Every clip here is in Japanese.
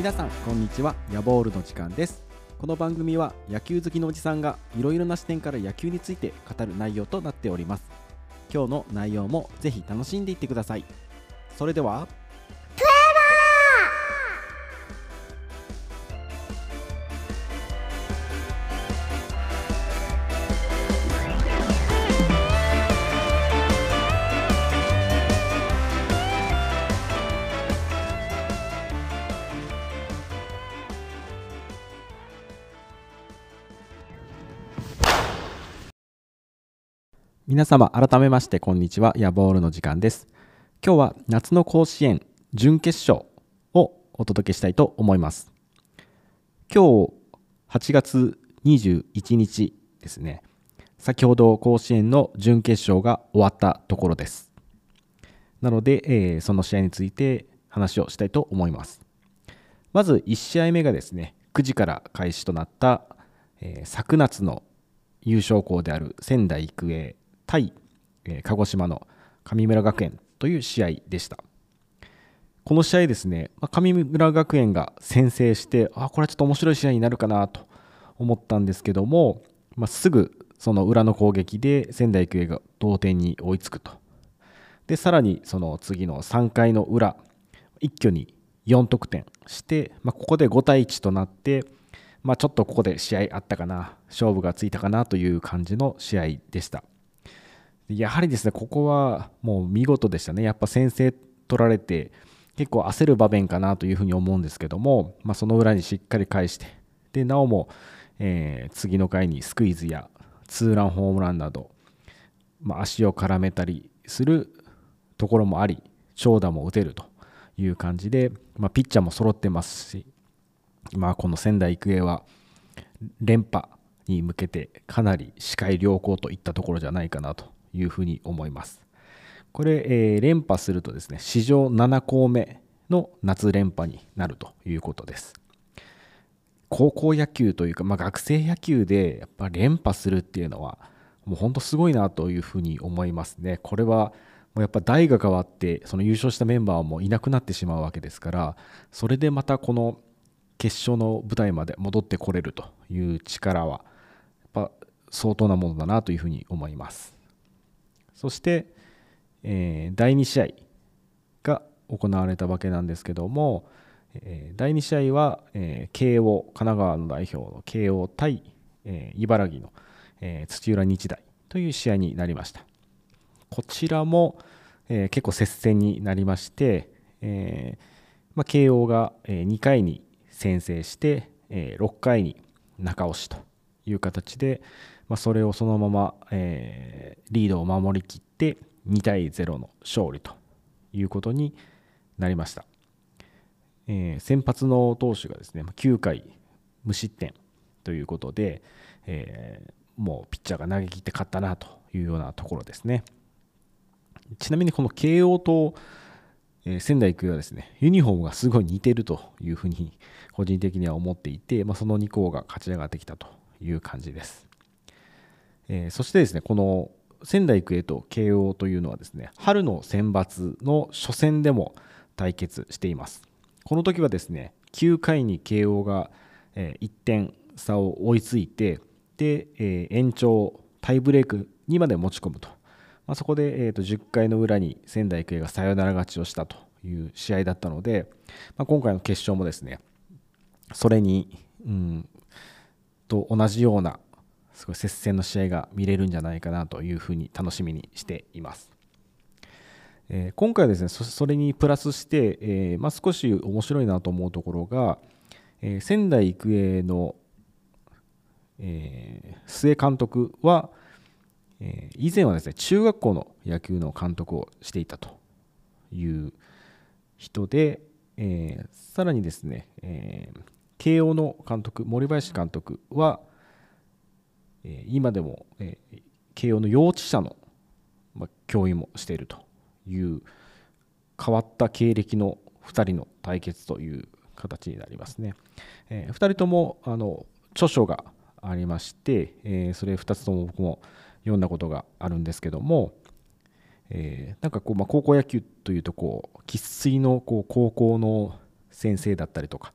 皆さんこんにちは。ヤボールの時間です。この番組は野球好きのおじさんがいろいろな視点から野球について語る内容となっております。今日の内容もぜひ楽しんでいってください。それでは皆様改めましてこんにちは。ヤボールの時間です。今日は夏の甲子園準決勝をお届けしたいと思います。今日8月21日ですね。先ほど甲子園の準決勝が終わったところです。なので、その試合について話をしたいと思います。まず1試合目がですね、9時から開始となった、昨夏の優勝校である仙台育英対、鹿児島の神村学園という試合でした。この試合ですね、神村学園が先制して、これはちょっと面白い試合になるかなと思ったんですけども、すぐその裏の攻撃で仙台育英が同点に追いつくと。で、さらにその次の3回の裏、一挙に4得点して、ここで5対1となって、ちょっとここで試合あったかな、勝負がついたかなという感じの試合でした。やはりですね、ここはもう見事でしたね。やっぱ先制取られて結構焦る場面かなというふうに思うんですけども、その裏にしっかり返して、でなおも、次の回にスクイズやツーランホームランなど、足を絡めたりするところもあり、長打も打てるという感じで、ピッチャーも揃ってますし、この仙台育英は連覇に向けてかなり視界良好といったところじゃないかなというふうに思います。これ、連覇するとですね、史上7校目の夏連覇になるということです。高校野球というか、学生野球でやっぱ連覇するっていうのはもう本当すごいなというふうに思いますね。これはもうやっぱ代が変わってその優勝したメンバーもいなくなってしまうわけですから、それでまたこの決勝の舞台まで戻ってこれるという力はやっぱ相当なものだなというふうに思います。そして、第2試合が行われたわけなんですけども、第2試合は、慶応、神奈川の代表の慶応対、茨城の、土浦日大という試合になりました。こちらも、結構接戦になりまして、慶応が、2回に先制して、6回に中押しという形で、それをそのまま、リードを守りきって2対0の勝利ということになりました。先発の投手がですね、9回無失点ということで、もうピッチャーが投げ切って勝ったなというようなところですね。ちなみにこの慶応と仙台育英はですね、ユニフォームがすごい似てるというふうに個人的には思っていて、その2校が勝ち上がってきたという感じです。そしてですね、この仙台育英と慶応というのはですね、春の選抜の初戦でも対決しています。この時はですね、9回に慶応が1点差を追いついて、で、延長タイブレークにまで持ち込むと。そこで、10回の裏に仙台育英がサヨナラ勝ちをしたという試合だったので、今回の決勝もですね、それにと同じようなすごい接戦の試合が見れるんじゃないかなというふうに楽しみにしています。今回はですね、それにプラスして、少し面白いなと思うところが、仙台育英の、須江監督は、以前はですね、中学校の野球の監督をしていたという人で、さらにですね、慶応の監督、森林監督は、今でも、慶応の幼稚舎の、教員もしているという変わった経歴の2人の対決という形になりますね。2人とも著書がありまして、それ2つとも僕も読んだことがあるんですけども、なんか高校野球というと生粋の高校の先生だったりとか、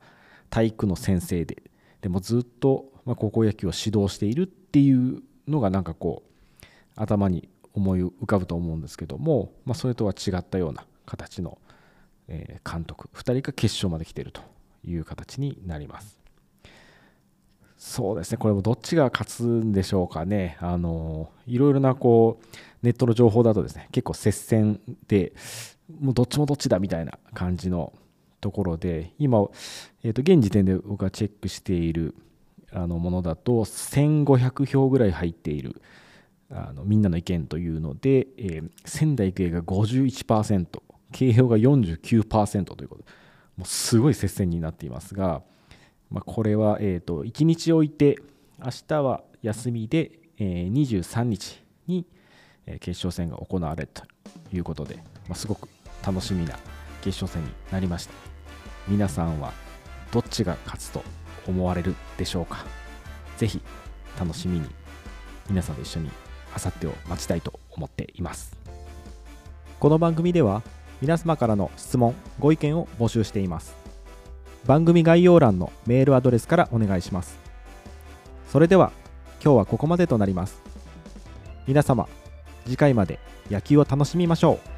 体育の先生でもずっと高校野球を指導しているっていうのがなんかこう頭に思い浮かぶと思うんですけども、それとは違ったような形の監督2人が決勝まで来ているという形になります。そうですね、これもどっちが勝つんでしょうかね。いろいろなこうネットの情報だとですね、結構接戦でもうどっちもどっちだみたいな感じのところで、今、現時点で僕がチェックしているものだと1500票ぐらい入っているみんなの意見というので、仙台育英が 51%、慶応が 49% ということで、もうすごい接戦になっていますが、これは、1日置いて明日は休みで、23日に決勝戦が行われるということで、すごく楽しみな決勝戦になりました。皆さんはどっちが勝つと思われるでしょうか。ぜひ楽しみに皆さんと一緒にあさってを待ちたいと思っています。この番組では皆様からの質問・ご意見を募集しています。番組概要欄のメールアドレスからお願いします。それでは今日はここまでとなります。皆様、次回まで野球を楽しみましょう。